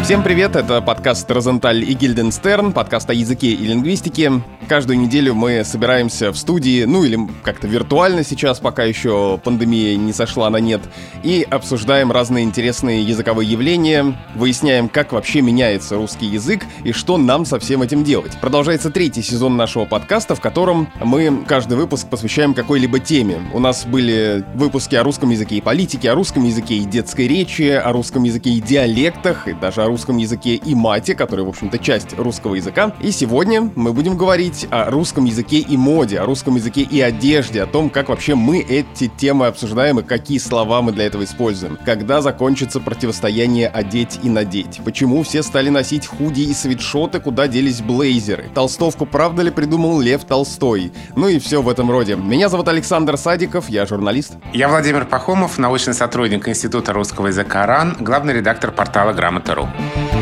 Всем привет, это подкаст «Розенталь и Гильденстерн», подкаст о языке и лингвистике. Каждую неделю мы собираемся в студии, или как-то виртуально сейчас, пока еще пандемия не сошла на нет, и обсуждаем разные интересные языковые явления, выясняем, как вообще меняется русский язык и что нам со всем этим делать. Продолжается третий сезон нашего подкаста, в котором мы каждый выпуск посвящаем какой-либо теме. У нас были выпуски о русском языке и политике, о русском языке и детской речи, о русском языке и диалектах, и даже о русском языке и мате, который, в общем-то, часть русского языка. И сегодня мы будем говорить о русском языке и моде, о русском языке и одежде, о том, как вообще мы эти темы обсуждаем и какие слова мы для этого используем. Когда закончится противостояние одеть и надеть? Почему все стали носить худи и свитшоты, куда делись блейзеры? Толстовку правда ли придумал Лев Толстой? Ну и все в этом роде. Меня зовут Александр Садиков, я журналист. Я Владимир Пахомов, научный сотрудник Института русского языка РАН, главный редактор портала Грамота.ру.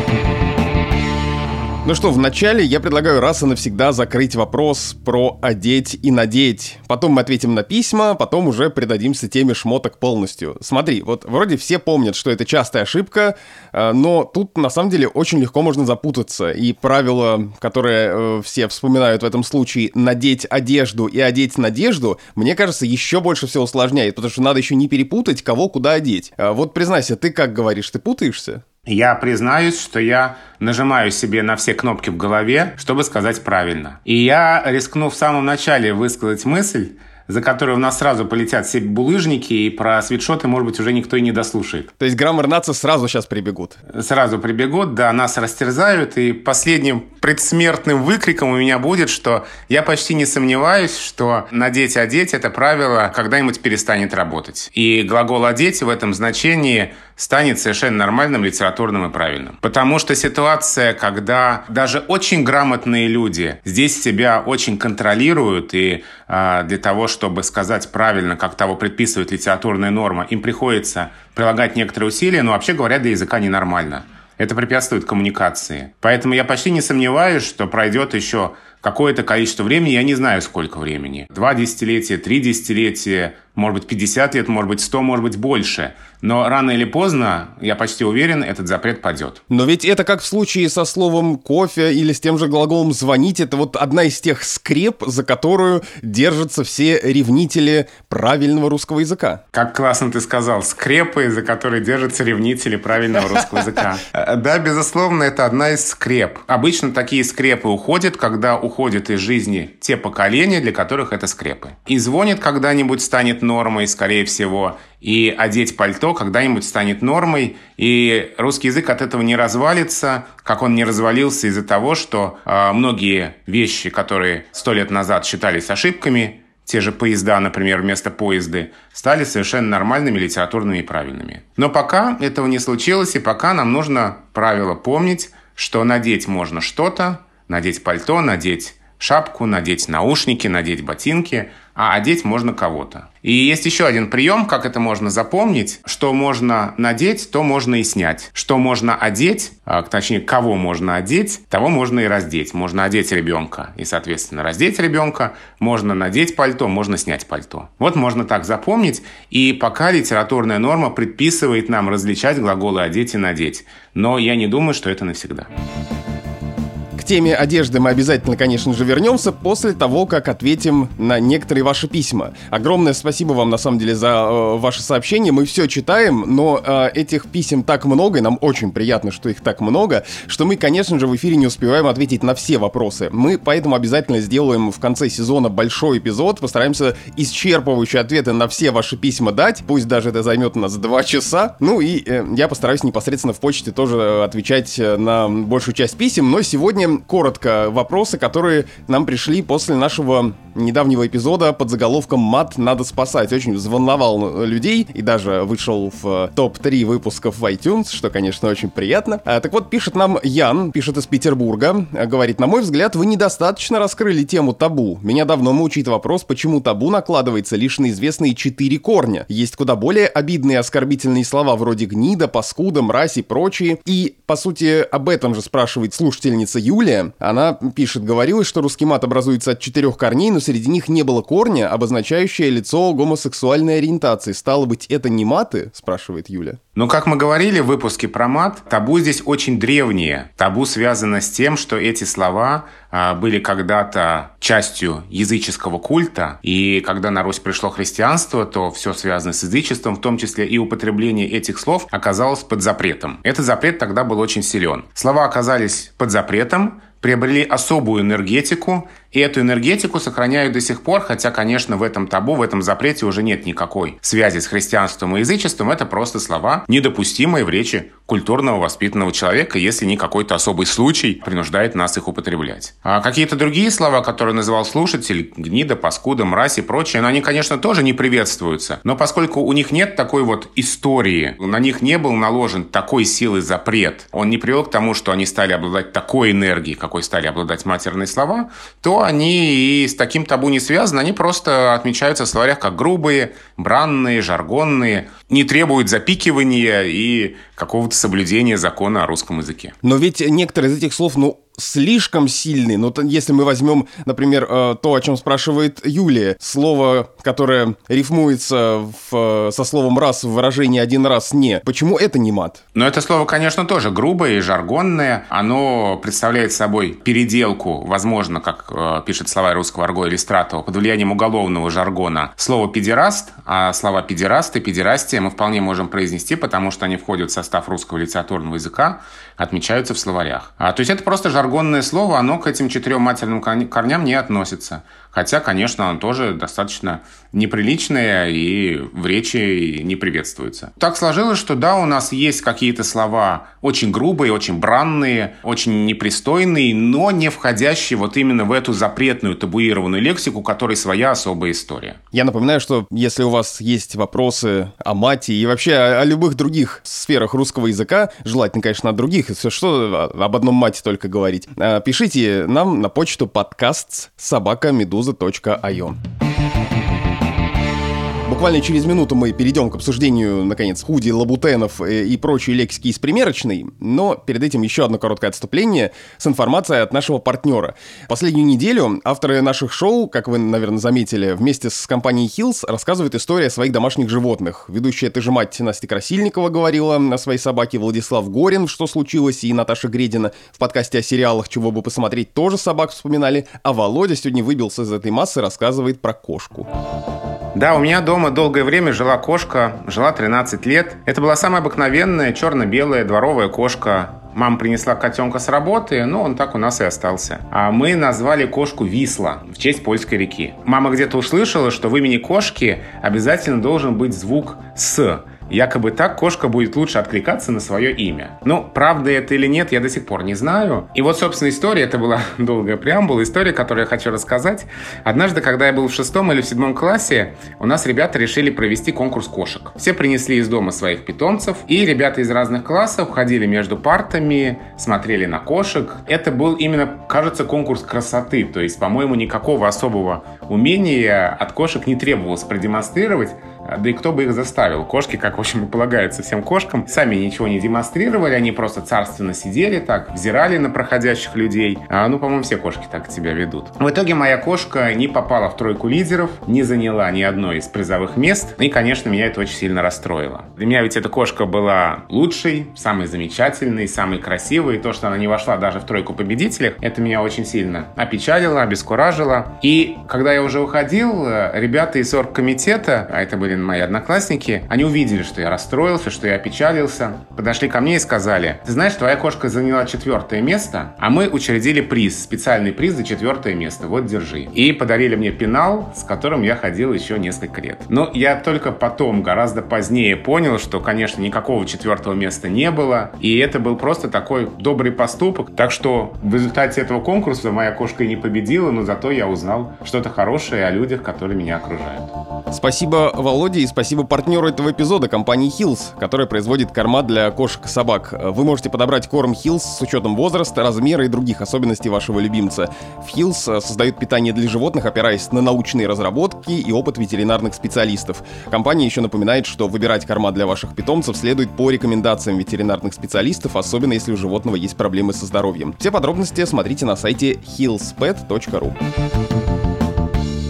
Ну что, вначале я предлагаю раз и навсегда закрыть вопрос про одеть и надеть. Потом мы ответим на письма, потом уже предадимся теме шмоток полностью. Смотри, вот вроде все помнят, что это частая ошибка, но тут на самом деле очень легко можно запутаться. И правило, которое все вспоминают в этом случае, надеть одежду и одеть надежду, мне кажется, еще больше все усложняет, потому что надо еще не перепутать, кого куда одеть. Вот признайся, ты как говоришь, ты путаешься? Я признаюсь, что я нажимаю себе на все кнопки в голове, чтобы сказать правильно. И я рискну в самом начале высказать мысль, за которой у нас сразу полетят все булыжники, и про свитшоты, может быть, уже никто и не дослушает. То есть граммар-нации сразу сейчас прибегут? Сразу прибегут, да, нас растерзают, и последним предсмертным выкриком у меня будет, что я почти не сомневаюсь, что надеть-одеть это правило когда-нибудь перестанет работать. И глагол «одеть» в этом значении станет совершенно нормальным, литературным и правильным. Потому что ситуация, когда даже очень грамотные люди здесь себя очень контролируют, и для того, чтобы сказать правильно, как того предписывает литературная норма, им приходится прилагать некоторые усилия, но вообще говоря, для языка ненормально. Это препятствует коммуникации. Поэтому я почти не сомневаюсь, что пройдет еще какое-то количество времени, я не знаю, сколько времени. 2 десятилетия, 3 десятилетия, может быть, 50 лет, может быть, 100, может быть, больше. Но рано или поздно, я почти уверен, этот запрет падет. Но ведь это как в случае со словом «кофе» или с тем же глаголом «звонить». Это вот одна из тех скреп, за которую держатся все ревнители правильного русского языка. Как классно ты сказал, скрепы, за которые держатся ревнители правильного русского языка. Да, безусловно, это одна из скреп. Обычно такие скрепы уходят, когда уходят из жизни те поколения, для которых это скрепы. И звонит когда-нибудь станет нормой, скорее всего, и одеть пальто когда-нибудь станет нормой, и русский язык от этого не развалится, как он не развалился из-за того, что многие вещи, которые 100 лет назад считались ошибками, те же поезда, например, вместо поезды, стали совершенно нормальными, литературными и правильными. Но пока этого не случилось, и пока нам нужно правило помнить, что надеть можно что-то, надеть пальто, надеть шапку, надеть наушники, надеть ботинки, а одеть можно кого-то. И есть еще один прием, как это можно запомнить. Что можно надеть, то можно и снять. Что можно одеть, точнее, кого можно одеть, того можно и раздеть. Можно одеть ребенка и, соответственно, раздеть ребенка. Можно надеть пальто, можно снять пальто. Вот можно так запомнить. И пока литературная норма предписывает нам различать глаголы «одеть» и «надеть». Но я не думаю, что это навсегда. К теме одежды мы обязательно, конечно же, вернемся после того, как ответим на некоторые ваши письма. Огромное спасибо вам, на самом деле, за ваши сообщения. Мы все читаем, но этих писем так много, и нам очень приятно, что их так много, что мы, конечно же, в эфире не успеваем ответить на все вопросы. Мы поэтому обязательно сделаем в конце сезона большой эпизод, постараемся исчерпывающие ответы на все ваши письма дать, пусть даже это займет у нас 2 часа. Ну и я постараюсь непосредственно в почте тоже отвечать на большую часть писем, но сегодня коротко вопросы, которые нам пришли после нашего недавнего эпизода под заголовком «Мат надо спасать». Очень взволновал людей и даже вышел в топ-3 выпусков в iTunes, что, конечно, очень приятно. Так вот, пишет нам Ян, пишет из Петербурга, говорит: «На мой взгляд, вы недостаточно раскрыли тему табу. Меня давно мучает вопрос, почему табу накладывается лишь на известные 4 корня. Есть куда более обидные и оскорбительные слова вроде гнида, паскуда, мразь и прочие. И, по сути, об этом же спрашивает слушательница Юлия. Она пишет: говорилось, что русский мат образуется от 4 корней, но среди них не было корня, обозначающее лицо гомосексуальной ориентации. Стало быть, это не маты?» — спрашивает Юля. Но, как мы говорили в выпуске про мат, табу здесь очень древнее. Табу связано с тем, что эти слова были когда-то частью языческого культа, и когда на Русь пришло христианство, то все связанное с язычеством, в том числе и употребление этих слов, оказалось под запретом. Этот запрет тогда был очень силен. Слова оказались под запретом, приобрели особую энергетику, и эту энергетику сохраняют до сих пор, хотя, конечно, в этом табу, в этом запрете уже нет никакой связи с христианством и язычеством. Это просто слова, недопустимые в речи культурного, воспитанного человека, если не какой-то особый случай принуждает нас их употреблять. А какие-то другие слова, которые называл слушатель, гнида, паскуда, мразь и прочее, они, конечно, тоже не приветствуются. Но поскольку у них нет такой вот истории, на них не был наложен такой силы запрет, он не привел к тому, что они стали обладать такой энергией, какой стали обладать матерные слова, то они и с таким табу не связаны, они просто отмечаются в словарях как грубые, бранные, жаргонные, не требуют запикивания и какого-то соблюдения закона о русском языке. Но ведь некоторые из этих слов, слишком сильный. Если мы возьмем, например, то, о чем спрашивает Юлия, слово, которое рифмуется со словом «раз» в выражении «один раз не», почему это не мат? Но это слово, конечно, тоже грубое и жаргонное. Оно представляет собой переделку, возможно, как пишет словарь русского арго Иллистратова, под влиянием уголовного жаргона, слово «педераст», а слова «педераст» и «педерастия» мы вполне можем произнести, потому что они входят в состав русского литературного языка, отмечаются в словарях. То есть это просто жаргонное слово, оно к этим 4 матерным корням не относится. Хотя, конечно, оно тоже достаточно неприличное и в речи не приветствуется. Так сложилось, что да, у нас есть какие-то слова очень грубые, очень бранные, очень непристойные, но не входящие вот именно в эту запретную табуированную лексику, у которой своя особая история. Я напоминаю, что если у вас есть вопросы о мате и вообще о любых других сферах русского языка, желательно, конечно, о других, если что, об одном мате только говорить, пишите нам на почту podcasts@meduza.io. Буквально через минуту мы перейдем к обсуждению, наконец, худи, лабутенов и прочей лексики из примерочной, но перед этим еще одно короткое отступление с информацией от нашего партнера. Последнюю неделю авторы наших шоу, как вы, наверное, заметили, вместе с компанией Hills рассказывают истории о своих домашних животных. Ведущая «Ты же мать» Настя Красильникова говорила о своей собаке, Владислав Горин, что случилось, и Наташа Гредина в подкасте о сериалах «Чего бы посмотреть» тоже собак вспоминали, а Володя сегодня выбился из этой массы, рассказывает про кошку. Да, у меня дома долгое время жила кошка, жила 13 лет. Это была самая обыкновенная черно-белая дворовая кошка. Мама принесла котенка с работы, но он так у нас и остался. А мы назвали кошку Висла в честь польской реки. Мама где-то услышала, что в имени кошки обязательно должен быть звук «с». Якобы так кошка будет лучше откликаться на свое имя. Правда это или нет, я до сих пор не знаю. И вот, собственно, история, это была долгая преамбула, история, которую я хочу рассказать. Однажды, когда я был в 6 или в 7 классе, у нас ребята решили провести конкурс кошек. Все принесли из дома своих питомцев, и ребята из разных классов ходили между партами, смотрели на кошек. Это был именно, кажется, конкурс красоты, то есть, по-моему, никакого особого умения от кошек не требовалось продемонстрировать. Да и кто бы их заставил? Кошки, как, в общем, и полагается всем кошкам, сами ничего не демонстрировали, они просто царственно сидели так, взирали на проходящих людей. По-моему, все кошки так себя ведут. В итоге моя кошка не попала в тройку лидеров, не заняла ни одной из призовых мест, и, конечно, меня это очень сильно расстроило. Для меня ведь эта кошка была лучшей, самой замечательной, самой красивой, и то, что она не вошла даже в тройку победителей, это меня очень сильно опечалило, обескуражило. И когда я уже уходил, ребята из оргкомитета, а это были мои одноклассники, они увидели, что я расстроился, что я опечалился, подошли ко мне и сказали: ты знаешь, твоя кошка заняла 4 место, а мы учредили приз, специальный приз за 4 место, вот держи. И подарили мне пенал, с которым я ходил еще несколько лет. Но я только потом, гораздо позднее понял, что, конечно, никакого 4 места не было, и это был просто такой добрый поступок. Так что в результате этого конкурса моя кошка и не победила, но зато я узнал что-то хорошее о людях, которые меня окружают. Спасибо, Володя, и спасибо партнеру этого эпизода, компании Hills, которая производит корма для кошек и собак. Вы можете подобрать корм Hills с учетом возраста, размера и других особенностей вашего любимца. В Hills создают питание для животных, опираясь на научные разработки и опыт ветеринарных специалистов. Компания еще напоминает, что выбирать корма для ваших питомцев следует по рекомендациям ветеринарных специалистов, особенно если у животного есть проблемы со здоровьем. Все подробности смотрите на сайте hillspet.ru.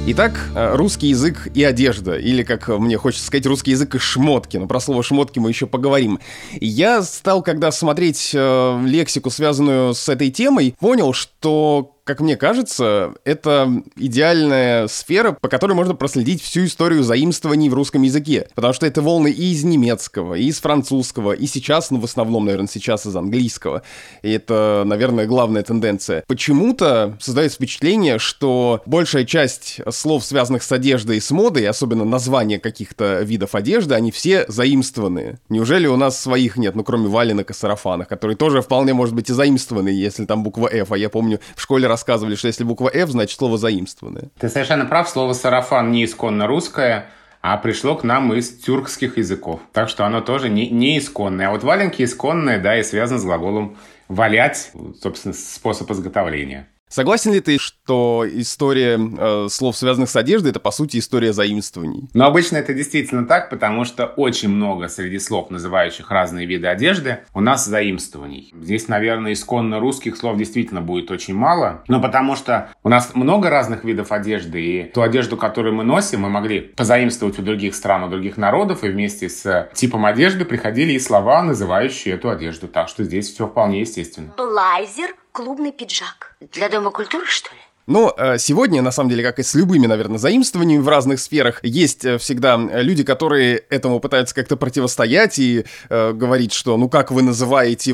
Итак, русский язык и одежда, или, как мне хочется сказать, русский язык и шмотки, но про слово «шмотки» мы еще поговорим. Я стал, когда смотреть лексику, связанную с этой темой, понял, что, как мне кажется, это идеальная сфера, по которой можно проследить всю историю заимствований в русском языке, потому что это волны и из немецкого, и из французского, и сейчас, в основном, наверное, сейчас из английского, и это, наверное, главная тенденция. Почему-то создается впечатление, что большая часть слов, связанных с одеждой и с модой, особенно названия каких-то видов одежды, они все заимствованные. Неужели у нас своих нет, кроме валенок и сарафанов, которые тоже вполне, может быть, и заимствованные, если там буква «Ф», а я помню, в школе рассказывали, что если буква «Ф», значит слово заимствованное. Ты совершенно прав, слово «сарафан» не исконно русское, а пришло к нам из тюркских языков. Так что оно тоже не исконное. А вот валенки исконные, да, и связаны с глаголом «валять», собственно, способ изготовления. Согласен ли ты, что история слов, связанных с одеждой, это, по сути, история заимствований? Но обычно это действительно так, потому что очень много среди слов, называющих разные виды одежды, у нас заимствований. Здесь, наверное, исконно русских слов действительно будет очень мало, но потому что у нас много разных видов одежды, и ту одежду, которую мы носим, мы могли позаимствовать у других стран, у других народов, и вместе с типом одежды приходили и слова, называющие эту одежду. Так что здесь все вполне естественно. Блайзер, клубный пиджак. Для Дома культуры, что ли? Но сегодня, на самом деле, как и с любыми, наверное, заимствованиями в разных сферах, есть всегда люди, которые этому пытаются как-то противостоять и говорить, что, как вы называете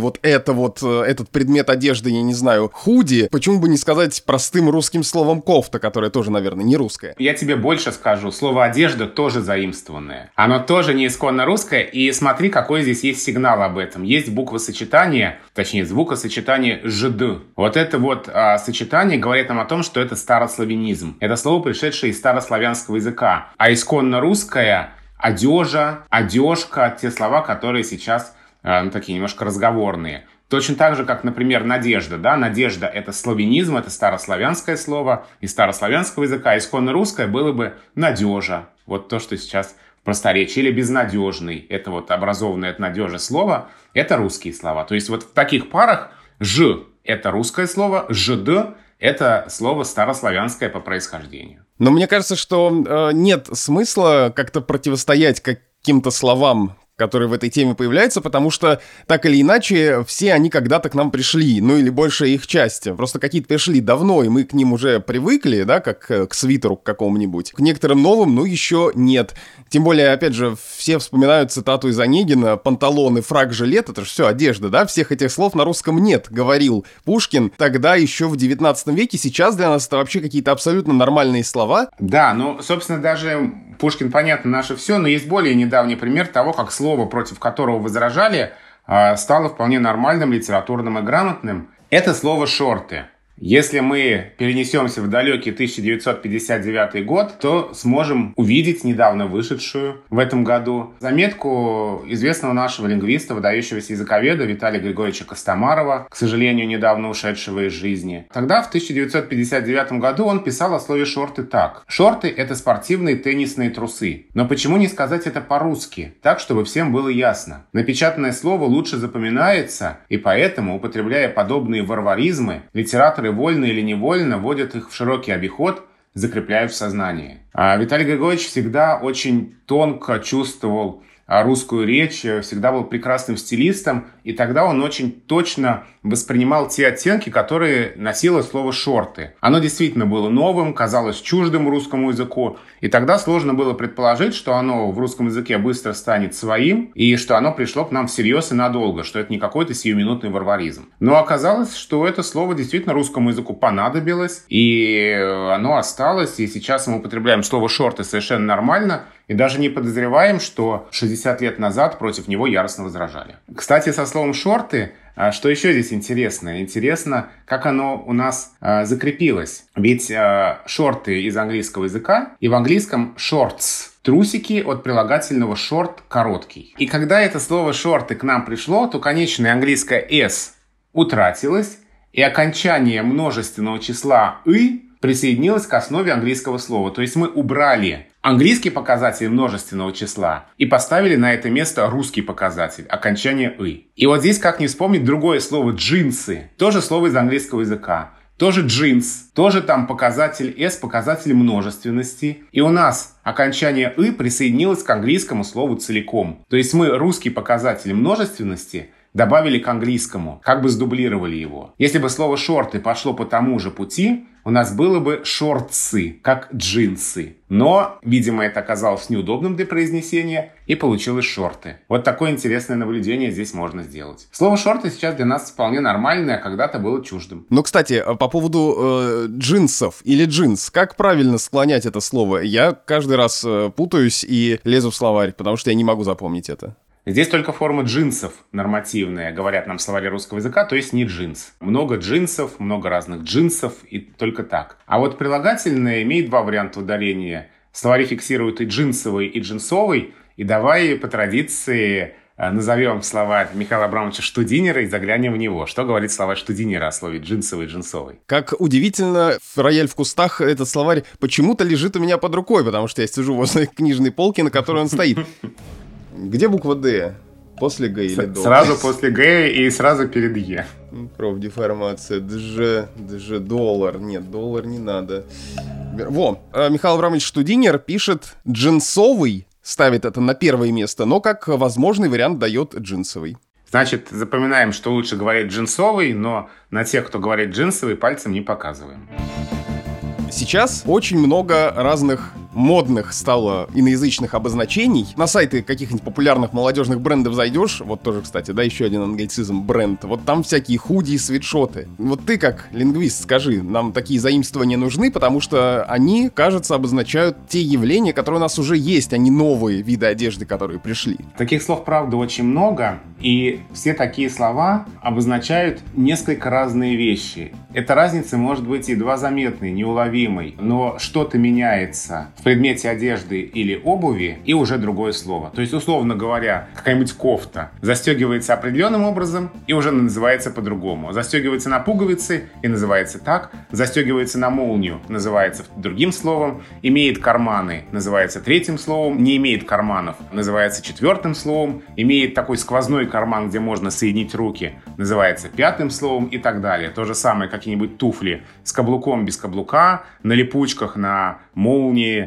этот предмет одежды, я не знаю, худи, почему бы не сказать простым русским словом кофта, которое тоже, наверное, не русское. Я тебе больше скажу, слово «одежда» тоже заимствованное. Оно тоже не исконно русское, и смотри, какой здесь есть сигнал об этом. Есть буквосочетание, точнее, звукосочетание «жд». Вот это сочетание говорит нам о том, что это старославянизм. Это слово, пришедшее из старославянского языка. А исконно русское одежа, одежка, те слова, которые сейчас такие немножко разговорные. Точно так же, как, например, надежда. Да? Надежда — это славянизм, это старославянское слово из старославянского языка. А исконно русское было бы надежа. Вот то, что сейчас в просторечии. Или безнадежный. Это образованное от надежи слово. Это русские слова. То есть в таких парах «ж» — это русское слово, «жд» — это слово старославянское по происхождению. Но мне кажется, что нет смысла как-то противостоять каким-то словам, которые в этой теме появляются, потому что, так или иначе, все они когда-то к нам пришли, или большая их часть. Просто какие-то пришли давно, и мы к ним уже привыкли, да, как к свитеру какому-нибудь. К некоторым новым, еще нет. Тем более, опять же, все вспоминают цитату из Онегина: «Панталоны, фрак, жилет» — это же все одежда, да? Всех этих слов на русском нет, говорил Пушкин тогда еще в 19 веке. Сейчас для нас это вообще какие-то абсолютно нормальные слова. Да, собственно, даже Пушкин, понятно, наше все, но есть более недавний пример того, как слово, против которого возражали, стало вполне нормальным, литературным и грамотным. Это слово «шорты». Если мы перенесемся в далекий 1959 год, то сможем увидеть недавно вышедшую в этом году заметку известного нашего лингвиста, выдающегося языковеда Виталия Григорьевича Костомарова, к сожалению, недавно ушедшего из жизни. Тогда, в 1959 году, он писал о слове «шорты» так. «Шорты — это спортивные теннисные трусы». Но почему не сказать это по-русски, так, чтобы всем было ясно? Напечатанное слово лучше запоминается, и поэтому, употребляя подобные варваризмы, литераторы вольно или невольно вводят их в широкий обиход, закрепляют в сознании. Виталий Григорьевич всегда очень тонко чувствовал русскую речь, всегда был прекрасным стилистом, и тогда он очень точно воспринимал те оттенки, которые носило слово «шорты». Оно действительно было новым, казалось чуждым русскому языку, и тогда сложно было предположить, что оно в русском языке быстро станет своим, и что оно пришло к нам всерьез и надолго, что это не какой-то сиюминутный варваризм. Но оказалось, что это слово действительно русскому языку понадобилось, и оно осталось, и сейчас мы употребляем слово «шорты» совершенно нормально, и даже не подозреваем, что 60 лет назад против него яростно возражали. Кстати, со словом «шорты», что еще здесь интересно? Интересно, как оно у нас закрепилось. Ведь шорты из английского языка, и в английском shorts – трусики от прилагательного short – короткий. И когда это слово «шорты» к нам пришло, то конечное английское «s» утратилось, и окончание множественного числа «y» присоединилось к основе английского слова. То есть мы убрали английский показатель множественного числа и поставили на это место русский показатель, окончание «ы». И вот здесь как не вспомнить другое слово «джинсы», тоже слово из английского языка. Тоже джинс, тоже там показатель S, показатель множественности. И у нас окончание «ы» присоединилось к английскому слову целиком. То есть мы русский показатель множественности добавили к английскому, как бы сдублировали его. Если бы слово «шорты» пошло по тому же пути, у нас было бы «шортсы», как джинсы. Но, видимо, это оказалось неудобным для произнесения, и получилось «шорты». Вот такое интересное наблюдение здесь можно сделать. Слово «шорты» сейчас для нас вполне нормальное, а когда-то было чуждым. Ну, кстати, по поводу джинсов или джинс, как правильно склонять это слово? Я каждый раз путаюсь и лезу в словарь, потому что я не могу запомнить это. Здесь только форма джинсов нормативная, говорят нам в словаре русского языка, то есть не джинс. Много джинсов, много разных джинсов и только так. А вот прилагательное имеет два варианта ударения. Словари фиксируют и джинсовый, и джинсовый. И давай по традиции назовем словарь Михаила Абрамовича Штудинера и заглянем в него. Что говорит словарь Штудинера о слове джинсовый, джинсовый? Как удивительно, рояль в кустах, этот словарь почему-то лежит у меня под рукой, потому что я сижу возле книжной полки, на которой он стоит. Где буква «Д»? После «Г» или «до»? Сразу после «Г» и сразу перед «Е». Профдеформация. Доллар. Нет, доллар не надо. Михаил Абрамович Штудинер пишет «джинсовый», ставит это на первое место, но как возможный вариант дает «джинсовый». Значит, запоминаем, что лучше говорить «джинсовый», но на тех, кто говорит «джинсовый», пальцем не показываем. Сейчас очень много разных модных стало иноязычных обозначений. На сайты каких-нибудь популярных молодежных брендов зайдешь, вот тоже, кстати, да, еще один англицизм, бренд, вот там всякие худи и свитшоты. Вот ты как лингвист скажи, нам такие заимствования нужны, потому что они, кажется, обозначают те явления, которые у нас уже есть, а не новые виды одежды, которые пришли. Таких слов, правда, очень много, и все такие слова обозначают несколько разные вещи. Эта разница может быть едва заметной, неуловимой, но что-то меняется в предмете одежды или обуви, и уже другое слово. То есть, условно говоря, какая-нибудь кофта застегивается определенным образом и уже называется по-другому. Застегивается на пуговицы и называется так. Застегивается на молнию, называется другим словом. Имеет карманы, называется третьим словом. Не имеет карманов, называется четвертым словом. Имеет такой сквозной карман, где можно соединить руки, называется пятым словом и так далее. То же самое какие-нибудь туфли с каблуком, без каблука, на липучках, на молнии,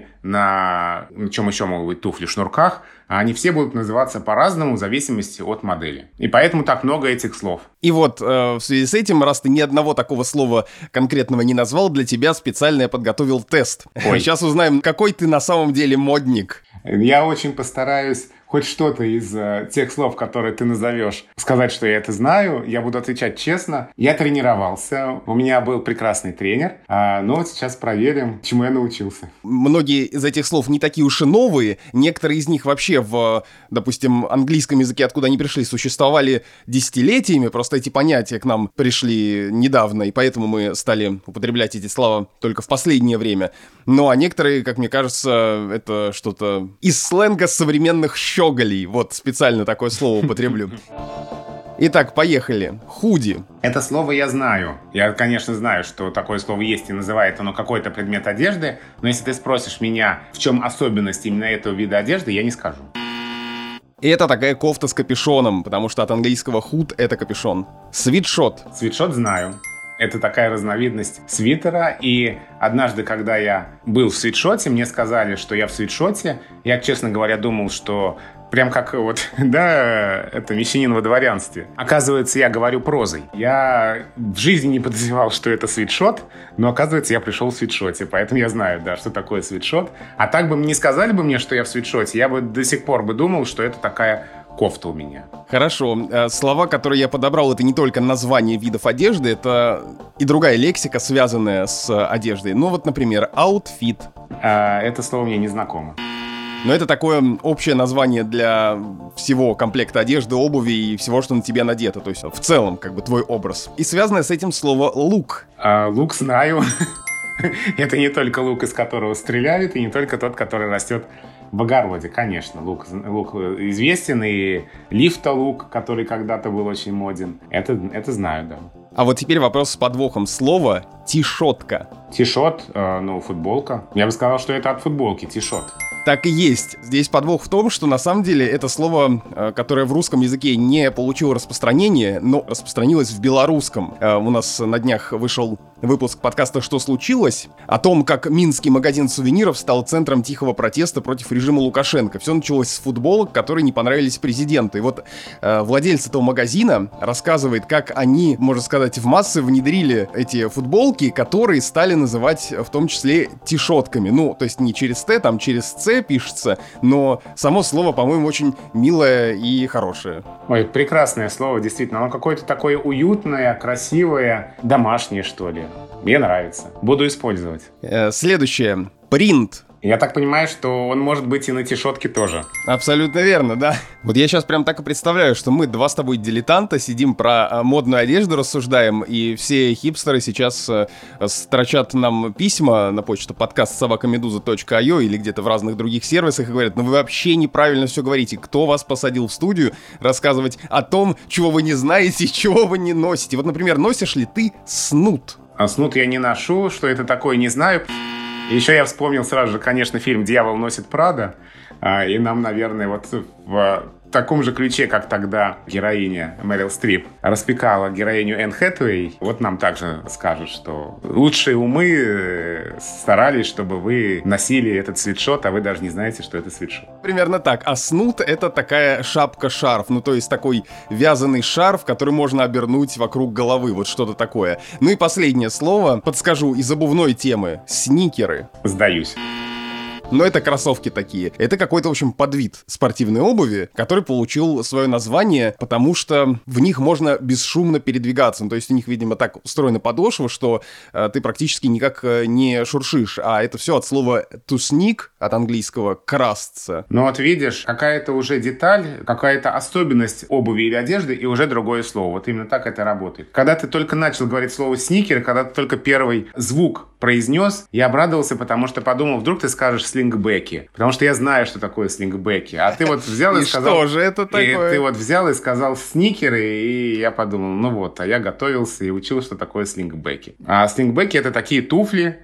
на чем еще могут быть туфли, шнурках. Они все будут называться по-разному в зависимости от модели. И поэтому так много этих слов. И вот в связи с этим, раз ты ни одного такого слова конкретного не назвал, для тебя специально я подготовил тест. Сейчас узнаем, какой ты на самом деле модник. Я очень постараюсь хоть что-то из тех слов, которые ты назовешь, сказать, что я это знаю. Я буду отвечать честно. Я тренировался, у меня был прекрасный тренер, но вот сейчас проверим, чему я научился. Многие из этих слов не такие уж и новые. Некоторые из них вообще в, допустим, английском языке, откуда они пришли, существовали десятилетиями. Просто эти понятия к нам пришли недавно, и поэтому мы стали употреблять эти слова только в последнее время. Ну, а некоторые, как мне кажется, это что-то из сленга современных щеголей. Вот, специально такое слово употреблю. Итак, поехали. Худи. Это слово я знаю. Я, конечно, знаю, что такое слово есть и называет оно какой-то предмет одежды, но если ты спросишь меня, в чем особенность именно этого вида одежды, я не скажу. И это такая кофта с капюшоном, потому что от английского худ — это капюшон. Свитшот. Свитшот знаю. Это такая разновидность свитера, и однажды, когда я был в свитшоте, мне сказали, что я в свитшоте. Я, честно говоря, думал, что прям как вот, да, это мещанин во дворянстве. Оказывается, я говорю прозой. Я в жизни не подозревал, что это свитшот, но, оказывается, я пришел в свитшоте, поэтому я знаю, да, что такое свитшот. А так бы не сказали бы мне, что я в свитшоте, я бы до сих пор бы думал, что это такая кофта у меня. Хорошо. Слова, которые я подобрал, это не только название видов одежды, это и другая лексика, связанная с одеждой. Ну вот, например, outfit. Это слово мне не знакомо. Но это такое общее название для всего комплекта одежды, обуви и всего, что на тебе надето. То есть в целом, как бы, твой образ. И связанное с этим слово look. Look знаю. Это не только лук, из которого стреляют, и не только тот, который растет в огороде. Конечно, лук известен, и лифта-лук, который когда-то был очень моден. Это знаю, да. А вот теперь вопрос с подвохом. Слово «тишотка». Тишот, футболка. Я бы сказал, что это от футболки, тишот. Так и есть. Здесь подвох в том, что на самом деле это слово, которое в русском языке не получило распространения, но распространилось в белорусском. У нас на днях вышел выпуск подкаста «Что случилось?», о том, как минский магазин сувениров стал центром тихого протеста против режима Лукашенко. Все началось с футболок, которые не понравились президенту. И вот владелец этого магазина рассказывает, как они, можно сказать, в массы внедрили эти футболки, которые стали называть в том числе тишотками. Ну, то есть не через «Т», там через «Ц» пишется, но само слово, по-моему, очень милое и хорошее. Ой, прекрасное слово, действительно. Оно какое-то такое уютное, красивое, домашнее, что ли. Мне нравится. Буду использовать. Следующее. Принт. Я так понимаю, что он может быть и на тишотке тоже. Абсолютно верно, да. Вот я сейчас прям так и представляю, что мы два с тобой дилетанта сидим про модную одежду рассуждаем, и все хипстеры сейчас строчат нам письма на почту podcast@meduza.io или где-то в разных других сервисах и говорят: ну вы вообще неправильно все говорите, кто вас посадил в студию рассказывать о том, чего вы не знаете, чего вы не носите. Вот, например, носишь ли ты снуд? А снуд я не ношу, что это такое, не знаю. Еще я вспомнил сразу же, конечно, фильм «Дьявол носит Прада», и нам, наверное, вот в таком же ключе, как тогда героиня Мэрил Стрип распекала героиню Энн Хэтэуэй, вот нам также скажут, что лучшие умы старались, чтобы вы носили этот свитшот, а вы даже не знаете, что это свитшот. Примерно так. А снуд — это такая шапка-шарф, ну то есть такой вязаный шарф, который можно обернуть вокруг головы, вот что-то такое. Ну и последнее слово, подскажу, из обувной темы — сникеры. Сдаюсь. Но это кроссовки такие. Это какой-то, в общем, подвид спортивной обуви, который получил свое название, потому что в них можно бесшумно передвигаться. Ну, то есть у них, видимо, так устроена подошва, что ты практически никак не шуршишь. А это все от слова to sneak, от английского красться. Ну вот видишь, какая-то уже деталь, какая-то особенность обуви или одежды, и уже другое слово. Вот именно так это работает. Когда ты только начал говорить слово сникер, когда ты только первый звук произнес, я обрадовался, потому что подумал, вдруг ты скажешь слингбеки. Потому что я знаю, что такое слингбеки. А ты вот взял и сказал... Что же это такое? И ты вот взял и сказал сникеры, и я подумал, ну вот, а я готовился и учил, что такое слингбеки. А слингбеки — это такие туфли,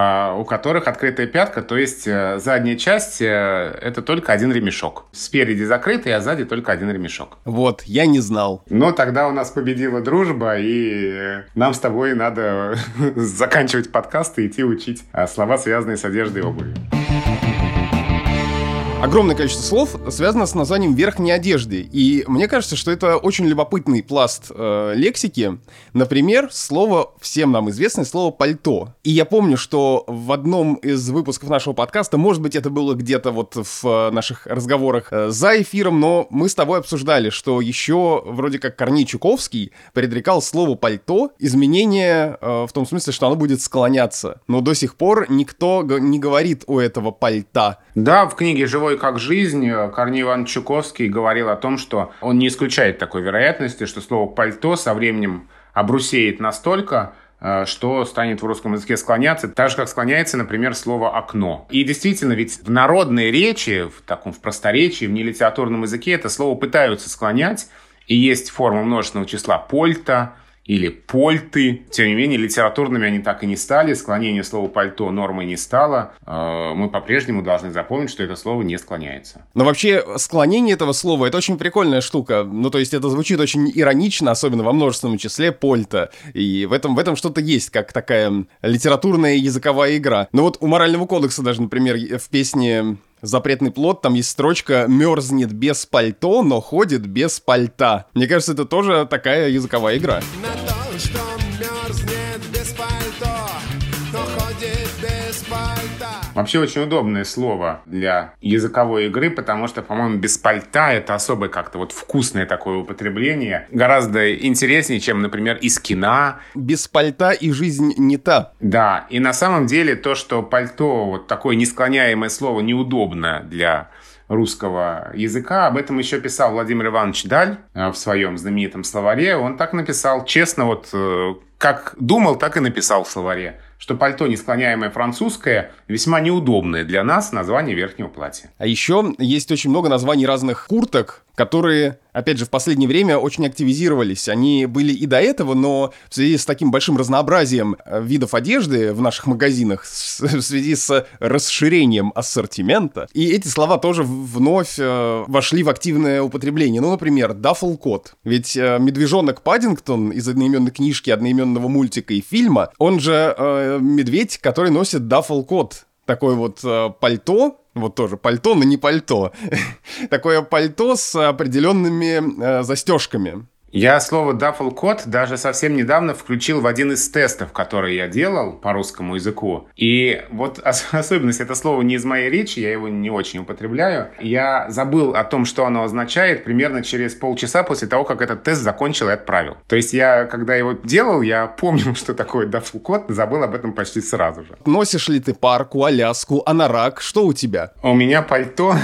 у которых открытая пятка, то есть задняя часть — это только один ремешок. Спереди закрытый, а сзади только один ремешок. Вот, я не знал. Но тогда у нас победила дружба, и нам с тобой надо заканчивать подкаст и идти учить слова, связанные с одеждой и обувью. Огромное количество слов связано с названием верхней одежды, и мне кажется, что это очень любопытный пласт лексики. Например, слово, всем нам известное слово «пальто». И я помню, что в одном из выпусков нашего подкаста, может быть, это было где-то вот в наших разговорах за эфиром, но мы с тобой обсуждали, что еще вроде как Корней Чуковский предрекал слову «пальто» изменение в том смысле, что оно будет склоняться. Но до сих пор никто не говорит у этого «пальта». Да, в книге «Живой как жизнь» Корней Иванович Чуковский говорил о том, что он не исключает такой вероятности, что слово «пальто» со временем обрусеет настолько, что станет в русском языке склоняться, так же, как склоняется, например, слово «окно». И действительно, ведь в народной речи, в просторечии, в нелитературном языке это слово пытаются склонять, и есть форма множественного числа «польта», или польты. Тем не менее, литературными они так и не стали. Склонение слова «пальто» нормой не стало. Мы по-прежнему должны запомнить, что это слово не склоняется. Но вообще, склонение этого слова — это очень прикольная штука. Ну, то есть это звучит очень иронично, особенно во множественном числе «польта». И в этом что-то есть, как такая литературная языковая игра. Но вот у Морального кодекса даже, например, в песне «Запретный плод» там есть строчка «Мерзнет без пальто, но ходит без пальта». Мне кажется, это тоже такая языковая игра. На то, что мерзнет без пальто, но ходит без пальта. Вообще очень удобное слово для языковой игры, потому что, по-моему, без пальта это особое как-то вот вкусное такое употребление. Гораздо интереснее, чем, например, из кино. Без пальта и жизнь не та. Да, и на самом деле то, что пальто, вот такое несклоняемое слово, неудобно для русского языка. Об этом еще писал Владимир Иванович Даль в своем знаменитом словаре. Он так написал, честно, вот как думал, так и написал в словаре, что пальто несклоняемое французское весьма неудобное для нас название верхнего платья. А еще есть очень много названий разных курток, которые, опять же, в последнее время очень активизировались. Они были и до этого, но в связи с таким большим разнообразием видов одежды в наших магазинах, в связи с расширением ассортимента, и эти слова тоже вновь вошли в активное употребление. Ну, например, даффл-кот. Ведь медвежонок Паддингтон из одноименной книжки, одноименного мультика и фильма, он же медведь, который носит даффл-кот. Такое вот пальто, вот тоже пальто, но не пальто. Такое пальто с определенными застежками. Я слово «даффл-кот» даже совсем недавно включил в один из тестов, который я делал по русскому языку. И вот особенность, это слово не из моей речи, я его не очень употребляю. Я забыл о том, что оно означает, примерно через полчаса после того, как этот тест закончил и отправил. То есть я, когда его делал, я помнил, что такое даффл-кот, забыл об этом почти сразу же. Носишь ли ты парку, аляску, анорак? Что у тебя? У меня пальто,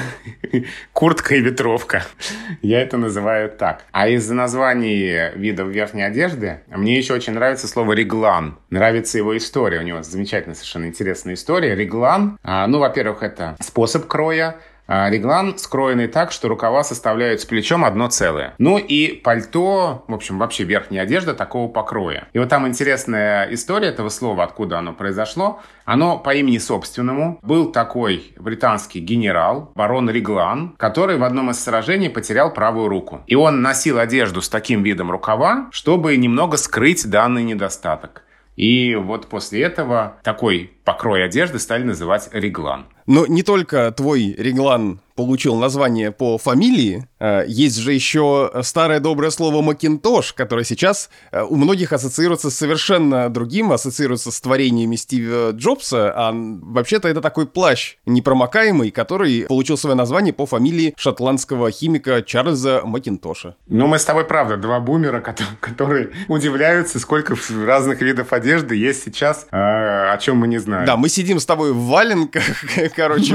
куртка и ветровка. Я это называю так. А из-за названия видов верхней одежды мне еще очень нравится слово «реглан». Нравится его история. У него замечательная, совершенно интересная история. Реглан, во-первых, это способ кроя. Реглан скроенный так, что рукава составляют с плечом одно целое. Ну и пальто, в общем, вообще верхняя одежда такого покроя. И вот там интересная история этого слова, откуда оно произошло. Оно по имени собственному. Был такой британский генерал, барон Реглан, который в одном из сражений потерял правую руку. И он носил одежду с таким видом рукава, чтобы немного скрыть данный недостаток. И вот после этого такой покрой одежды стали называть реглан. Но не только твой реглан получил название по фамилии, есть же еще старое доброе слово «макинтош», которое сейчас у многих ассоциируется с совершенно другим, ассоциируется с творениями Стива Джобса, а вообще-то это такой плащ непромокаемый, который получил свое название по фамилии шотландского химика Чарльза Макинтоша. Ну, мы с тобой, правда, два бумера, которые удивляются, сколько разных видов одежды есть сейчас, о чем мы не знаем. Да, мы сидим с тобой в валенках, короче,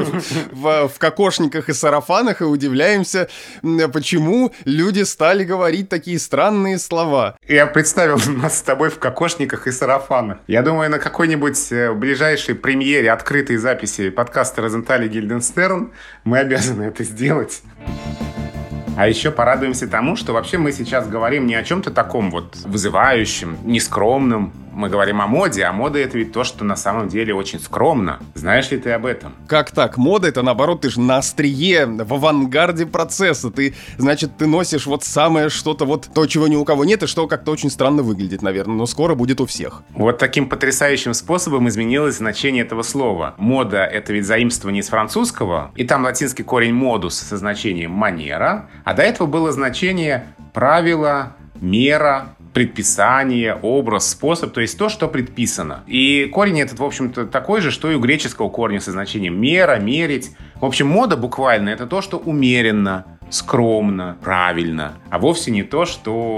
в кокошниках и сарафанах и удивляемся, почему люди стали говорить такие странные слова. Я представил нас с тобой в кокошниках и сарафанах. Я думаю, на какой-нибудь ближайшей премьере открытой записи подкаста «Розенталь и Гильденстерн» мы обязаны это сделать. А еще порадуемся тому, что вообще мы сейчас говорим не о чем-то таком вот вызывающем, нескромном. Мы говорим о моде, а мода — это ведь то, что на самом деле очень скромно. Знаешь ли ты об этом? Как так? Мода — это, наоборот, ты же на острие, в авангарде процесса. Ты носишь вот самое что-то, вот то, чего ни у кого нет, и что как-то очень странно выглядит, наверное, но скоро будет у всех. Вот таким потрясающим способом изменилось значение этого слова. Мода — это ведь заимствование из французского, и там латинский корень «модус» со значением «манера», а до этого было значение «правило», «мера», предписание, образ, способ, то есть то, что предписано. И корень этот, в общем-то, такой же, что и у греческого корня со значением мера, мерить. В общем, мода буквально это то, что умеренно, скромно, правильно, а вовсе не то,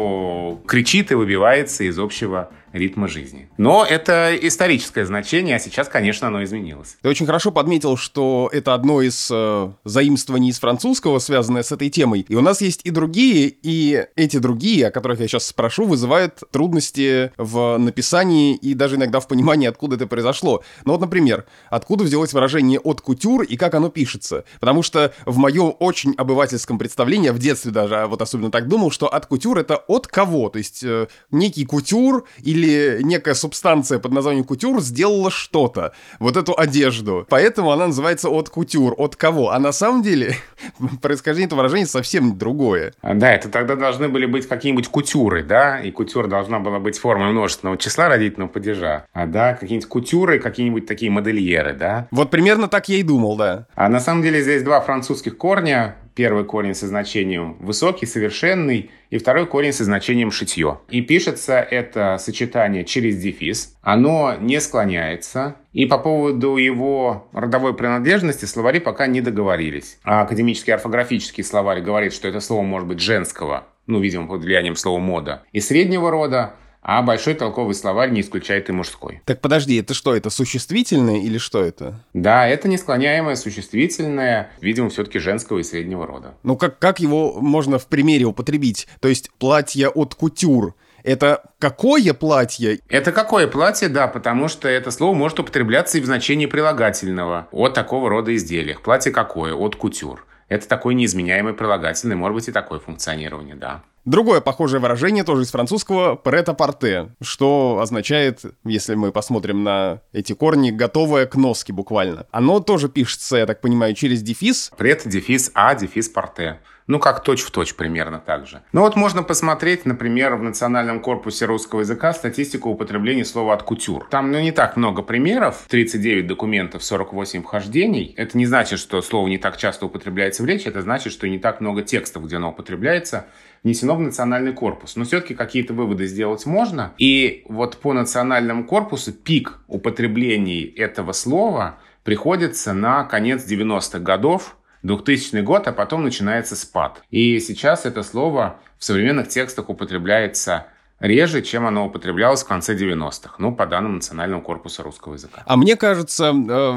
что кричит и выбивается из общего ритма жизни. Но это историческое значение, а сейчас, конечно, оно изменилось. Ты очень хорошо подметил, что это одно из заимствований из французского, связанное с этой темой. И у нас есть и другие, и эти другие, о которых я сейчас спрошу, вызывают трудности в написании и даже иногда в понимании, откуда это произошло. Ну вот, например, откуда взялось выражение «от кутюр» и как оно пишется? Потому что в моем очень обывательском представлении, я в детстве даже вот особенно так думал, что «от кутюр» — это «от кого?» То есть некий кутюр или некая субстанция под названием кутюр сделала что-то, вот эту одежду. Поэтому она называется «от кутюр». От кого? А на самом деле происхождение этого выражения совсем другое. Да, это тогда должны были быть какие-нибудь кутюры, да? И кутюр должна была быть формой множественного числа родительного падежа. Да, какие-нибудь кутюры, какие-нибудь такие модельеры, да? Вот примерно так я и думал, да. А на самом деле здесь два французских корня. Первый корень со значением «высокий», «совершенный», и второй корень со значением «шитье». И пишется это сочетание через дефис. Оно не склоняется. И по поводу его родовой принадлежности словари пока не договорились. А академический орфографический словарь говорит, что это слово может быть женского, видимо, под влиянием слова «мода», и среднего рода. А большой толковый словарь не исключает и мужской. Так подожди, это что, это существительное или что это? Да, это несклоняемое существительное, видимо, все-таки женского и среднего рода. Ну как его можно в примере употребить? То есть платье от кутюр — Это какое платье? Это какое платье, да, потому что это слово может употребляться и в значении прилагательного о такого рода изделиях. Платье какое? От кутюр. Это такой неизменяемый прилагательный, может быть и такое функционирование, да. Другое похожее выражение, тоже из французского, «прет-а-порте», что означает, если мы посмотрим на эти корни, «готовое к носке» буквально. Оно тоже пишется, я так понимаю, через дефис. «Прет», дефис «а», дефис «порте». Ну, как точь-в-точь примерно так же. Ну, вот можно посмотреть, например, в Национальном корпусе русского языка статистику употребления слова «от кутюр». Там, не так много примеров, 39 документов, 48 вхождений. Это не значит, что слово не так часто употребляется в речи, это значит, что не так много текстов, где оно употребляется, внесено в Национальный корпус. Но все-таки какие-то выводы сделать можно. И вот по Национальному корпусу пик употреблений этого слова приходится на конец 90-х годов, 2000 год, а потом начинается спад. И сейчас это слово в современных текстах употребляется реже, чем оно употреблялось в конце 90-х, ну, по данным Национального корпуса русского языка. А мне кажется,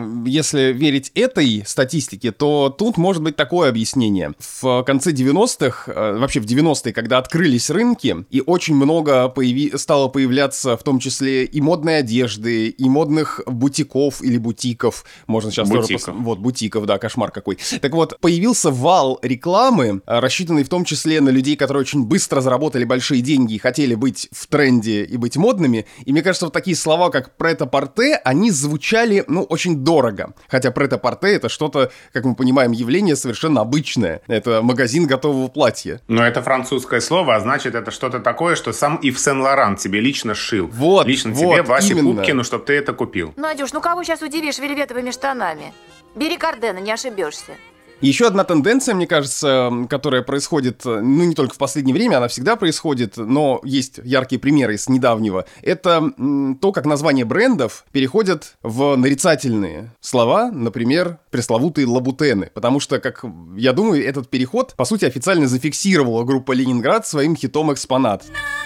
если верить этой статистике, то тут может быть такое объяснение. В конце 90-х, вообще в 90-е, когда открылись рынки, и очень много стало появляться, в том числе и модной одежды, и модных бутиков или бутиков, можно сейчас бутиков. тоже... Вот, бутиков, да, кошмар какой. Так вот, появился вал рекламы, рассчитанный в том числе на людей, которые очень быстро заработали большие деньги и хотели быть в тренде и быть модными. И мне кажется, вот такие слова, как «прет-а-порте», они звучали, ну, очень дорого. Хотя «прет-а-порте» — это что-то, как мы понимаем, явление совершенно обычное. Это магазин готового платья. Но это французское слово, а значит, это что-то такое, что сам Ив Сен-Лоран тебе лично сшил. Вот, лично вот, тебе, Васе именно. Пупкину, чтобы ты это купил. Надюш, ну кого сейчас удивишь вельветовыми штанами? Бери Кардена, не ошибешься. Еще одна тенденция, мне кажется, которая происходит, ну, не только в последнее время, она всегда происходит, но есть яркие примеры из недавнего. Это то, как названия брендов переходят в нарицательные слова, например, пресловутые лабутены. Потому что, как я думаю, этот переход, по сути, официально зафиксировала группа «Ленинград» своим хитом «Экспонат».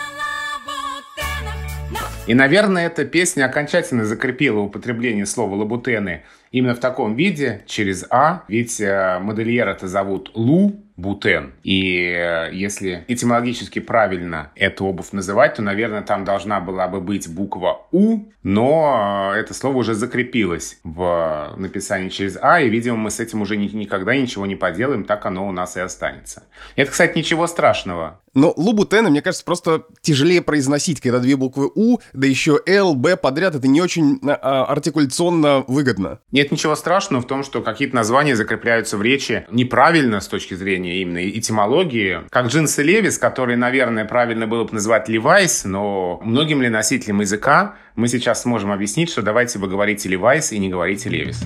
И, наверное, эта песня окончательно закрепила употребление слова «лабутены» именно в таком виде, через «а», ведь модельера-то зовут Лу Бутен. И если этимологически правильно эту обувь называть, то, наверное, там должна была бы быть буква «у», но это слово уже закрепилось в написании через «а», и, видимо, мы с этим уже никогда ничего не поделаем, так оно у нас и останется. Это, кстати, ничего страшного. Но Лубутены, мне кажется, просто тяжелее произносить, когда две буквы «у», да еще «л», «б» подряд, это не очень артикуляционно выгодно. Нет ничего страшного в том, что какие-то названия закрепляются в речи неправильно с точки зрения именно этимологии. Как джинсы Левис, которые, наверное, правильно было бы называть Левайс, но многим ли носителям языка мы сейчас сможем объяснить, что давайте вы говорите Левайс и не говорите Левис.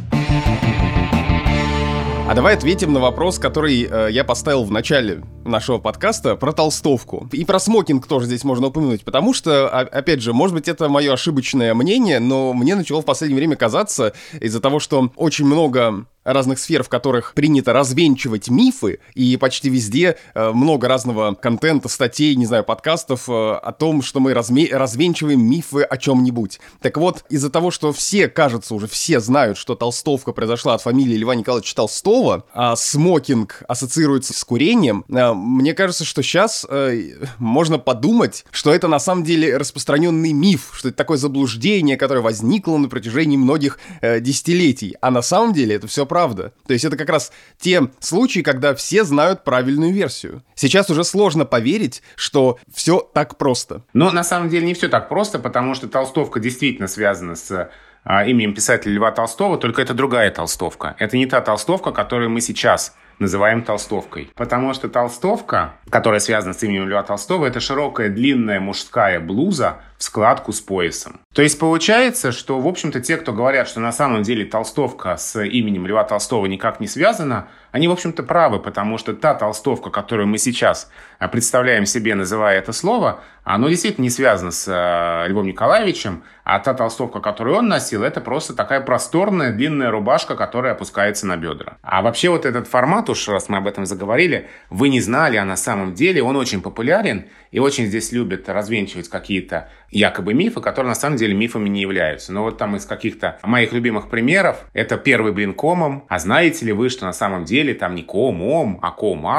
А давай ответим на вопрос, который я поставил в начале нашего подкаста про толстовку. И про смокинг тоже здесь можно упомянуть, потому что, опять же, может быть, это мое ошибочное мнение, но мне начало в последнее время казаться, из-за того, что очень много разных сфер, в которых принято развенчивать мифы, и почти везде много разного контента, статей, не знаю, подкастов о том, что мы развенчиваем мифы о чем-нибудь. Так вот, из-за того, что все, кажется, уже все знают, что толстовка произошла от фамилии Льва Николаевича Толстого, а смокинг ассоциируется с курением, мне кажется, что сейчас можно подумать, что это на самом деле распространенный миф, что это такое заблуждение, которое возникло на протяжении многих десятилетий. А на самом деле это все правда. То есть это как раз те случаи, когда все знают правильную версию. Сейчас уже сложно поверить, что все так просто. Но на самом деле не все так просто, потому что толстовка действительно связана с именем писателя Льва Толстого, только это другая толстовка. Это не та толстовка, которую мы сейчас называем толстовкой. Потому что толстовка, которая связана с именем Льва Толстого, это широкая длинная мужская блуза в складку с поясом. То есть получается, что, в общем-то, те, кто говорят, что на самом деле толстовка с именем Льва Толстого никак не связана, они, в общем-то, правы, потому что та толстовка, которую мы сейчас представляем себе, называя это слово, оно действительно не связано с Львом Николаевичем, а та толстовка, которую он носил, это просто такая просторная длинная рубашка, которая опускается на бедра. А вообще вот этот формат, уж раз мы об этом заговорили, вы не знали, а на самом деле он очень популярен и очень здесь любят развенчивать какие-то якобы мифы, которые на самом деле мифами не являются. Но вот там из каких-то моих любимых примеров, это первый блин комом, а знаете ли вы, что на самом деле там не комом, а комам,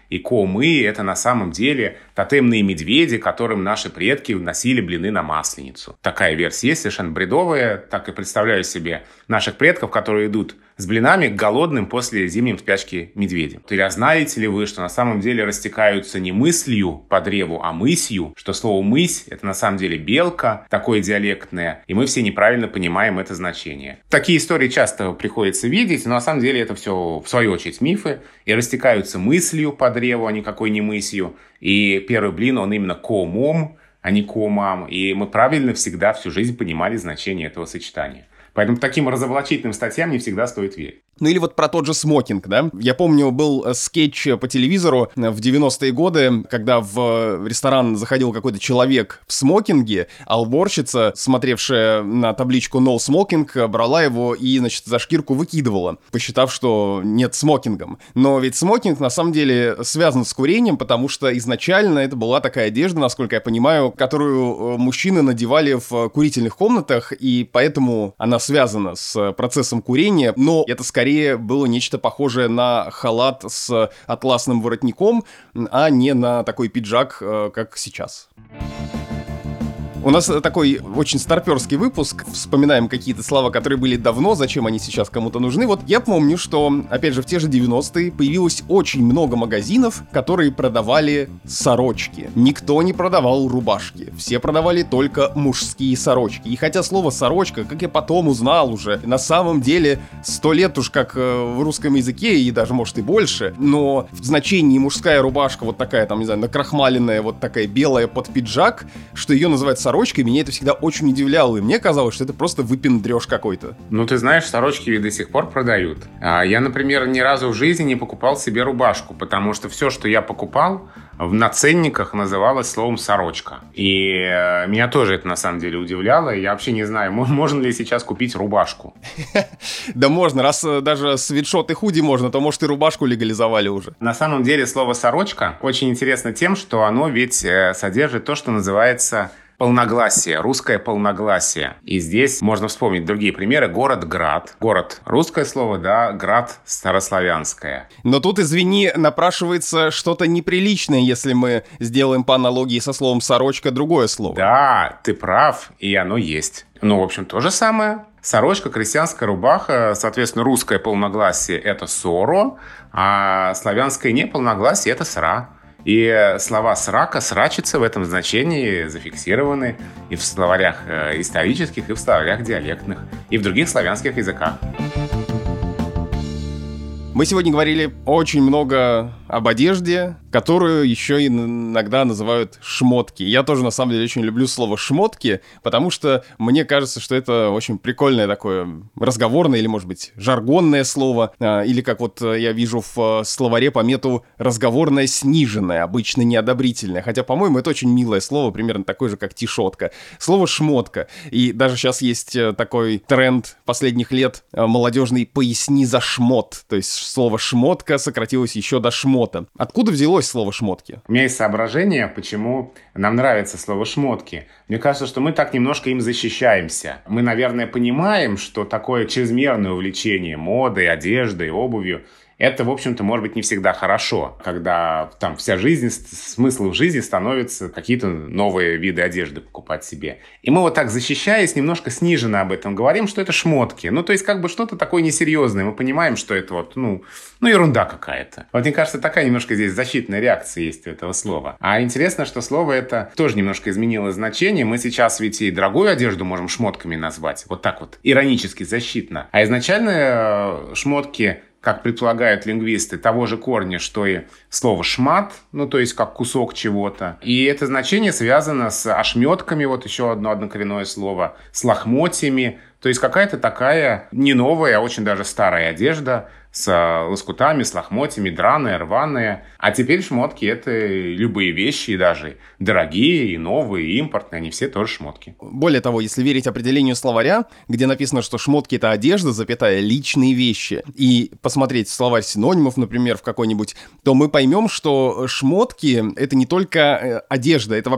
И комы – это на самом деле тотемные медведи, которым наши предки носили блины на Масленицу. Такая версия есть, совершенно бредовая. Так и представляю себе наших предков, которые идут с блинами к голодным после зимней спячки медведям. Или знаете ли вы, что на самом деле растекаются не мыслью по древу, а мысью, что слово «мысь» — это на самом деле белка, такое диалектное, и мы все неправильно понимаем это значение. Такие истории часто приходится видеть, но на самом деле это все, в свою очередь, мифы, и растекаются мыслью по древу, а никакой не мысью. И первый блин, он именно комом, а не комам, и мы правильно всегда всю жизнь понимали значение этого сочетания. Поэтому таким разоблачительным статьям не всегда стоит верить. Ну или вот про тот же смокинг, да? Я помню, был скетч по телевизору в 90-е годы, когда в ресторан заходил какой-то человек в смокинге, а уборщица, смотревшая на табличку «No smoking», брала его и, значит, за шкирку выкидывала, посчитав, что нет смокингом. Но ведь смокинг на самом деле связан с курением, потому что изначально это была такая одежда, насколько я понимаю, которую мужчины надевали в курительных комнатах, и поэтому она связана с процессом курения, но это скорее было нечто похожее на халат с атласным воротником, а не на такой пиджак, как сейчас. У нас такой очень старперский выпуск. Вспоминаем какие-то слова, которые были давно, зачем они сейчас кому-то нужны. Вот я помню, что, опять же, в те же 90-е появилось очень много магазинов, которые продавали сорочки. Никто не продавал рубашки. Все продавали только мужские сорочки. И хотя слово «сорочка», как я потом узнал уже, на самом деле 100 лет уж как в русском языке, и даже, может, и больше, но в значении мужская рубашка вот такая, там, не знаю, накрахмаленная, вот такая белая под пиджак, что ее называют сорочкой, меня это всегда очень удивляло, и мне казалось, что это просто выпендрёж какой-то. Ну, ты знаешь, сорочки ведь до сих пор продают. Я, например, ни разу в жизни не покупал себе рубашку, потому что все, что я покупал, на ценниках называлось словом «сорочка». И меня тоже это на самом деле удивляло. Я вообще не знаю, можно ли сейчас купить рубашку. Да можно, раз даже свитшот и худи можно, то, может, и рубашку легализовали уже. На самом деле слово «сорочка» очень интересно тем, что оно ведь содержит то, что называется полногласие, русское полногласие. И здесь можно вспомнить другие примеры. Город-град. Город — русское слово, да, град — старославянское. Но тут, извини, напрашивается что-то неприличное, если мы сделаем по аналогии со словом «сорочка» другое слово. Да, ты прав, и оно есть. Ну, в общем, то же самое. Сорочка, крестьянская рубаха, соответственно, русское полногласие — это «соро», а славянское неполногласие — это «сра». И слова «срака», «срачица» в этом значении зафиксированы и в словарях исторических, и в словарях диалектных, и в других славянских языках. Мы сегодня говорили очень много об одежде, которую еще иногда называют шмотки. Я тоже, на самом деле, очень люблю слово «шмотки», потому что мне кажется, что это очень прикольное такое разговорное или, может быть, жаргонное слово, или, как вот я вижу в словаре помету «разговорное сниженное», обычно неодобрительное. Хотя, по-моему, это очень милое слово, примерно такое же, как «тишотка». Слово «шмотка». И даже сейчас есть такой тренд последних лет молодежный «поясни за шмот». То есть слово «шмотка» сократилось еще до «шмота». Откуда взялось слово «шмотки»? У меня есть соображение, почему нам нравится слово «шмотки». Мне кажется, что мы так немножко им защищаемся. Мы, наверное, понимаем, что такое чрезмерное увлечение модой, одеждой, обувью — это, в общем-то, может быть, не всегда хорошо, когда там вся жизнь, смысл в жизни становится какие-то новые виды одежды покупать себе. И мы вот так, защищаясь, немножко сниженно об этом говорим, что это шмотки. Ну, то есть, как бы что-то такое несерьезное. Мы понимаем, что это вот, ерунда какая-то. Вот мне кажется, такая немножко здесь защитная реакция есть у этого слова. А интересно, что слово это тоже немножко изменило значение. Мы сейчас ведь и дорогую одежду можем шмотками назвать. Вот так вот, иронически, защитно. А изначально шмотки, как предполагают лингвисты, того же корня, что и слово «шмат», то есть как кусок чего-то. И это значение связано с ошметками, вот еще одно однокоренное слово, с лохмотьями. То есть какая-то такая не новая, а очень даже старая одежда с лоскутами, с лохмотьями, драная, рваная. А теперь шмотки — это любые вещи, и даже дорогие, и новые, и импортные, они все тоже шмотки. Более того, если верить определению словаря, где написано, что шмотки — это одежда, личные вещи, и посмотреть словарь синонимов, например, в какой-нибудь, то мы поймем, что шмотки — это не только одежда, это вообще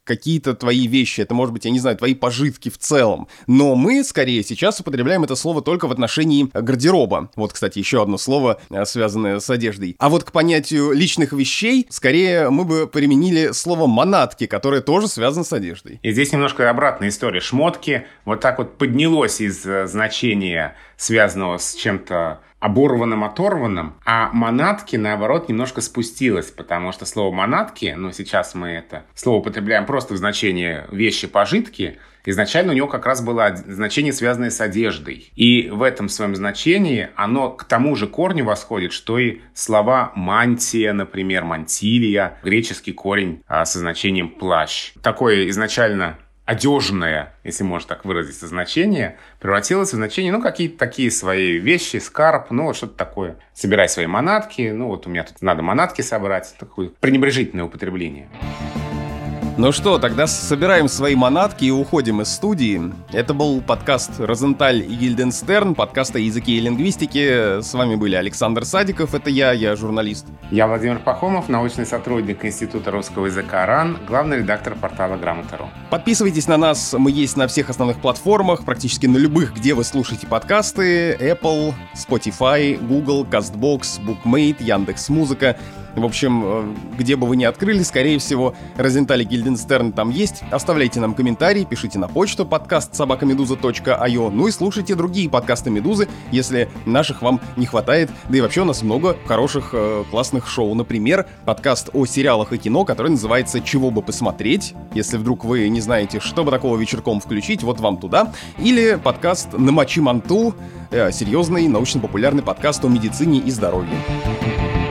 какие-то твои вещи, это может быть, я не знаю, твои пожитки в целом. Но мы, скорее, сейчас употребляем это слово только в отношении гардероба. Вот, кстати, еще одно слово, связанное с одеждой. А вот к понятию личных вещей, скорее, мы бы применили слово «манатки», которое тоже связано с одеждой. И здесь немножко обратная история. Шмотки вот так вот поднялось из значения, связанного с чем-то оборванным, оторванным, а манатки, наоборот, немножко спустилось, потому что слово манатки, сейчас мы это слово употребляем просто в значении вещи, пожитки, изначально у него как раз было значение, связанное с одеждой. И в этом своем значении оно к тому же корню восходит, что и слова мантия, например, мантилия, греческий корень со значением плащ. Такое изначально одежное, если можно так выразиться, значение, превратилось в значение, какие-то такие свои вещи, скарб, что-то такое. Собирай свои манатки, у меня тут надо манатки собрать. Такое пренебрежительное употребление. Ну что, тогда собираем свои манатки и уходим из студии. Это был подкаст «Розенталь и Гильденстерн», подкаст о языке и лингвистике. С вами были Александр Садиков, это я журналист. Я Владимир Пахомов, научный сотрудник Института русского языка РАН, главный редактор портала Грамота.ру. Подписывайтесь на нас, мы есть на всех основных платформах, практически на любых, где вы слушаете подкасты: Apple, Spotify, Google, CastBox, Bookmate, Яндекс.Музыка. В общем, где бы вы ни открыли, скорее всего, Розенталь и Гильденстерн там есть. Оставляйте нам комментарии, пишите на почту podcast@meduza.io, и слушайте другие подкасты Медузы, если наших вам не хватает. Да и вообще у нас много хороших, классных шоу. Например, подкаст о сериалах и кино, который называется «Чего бы посмотреть?». Если вдруг вы не знаете, что бы такого вечерком включить, вот вам туда. Или подкаст «Намочи манту», серьезный научно-популярный подкаст о медицине и здоровье.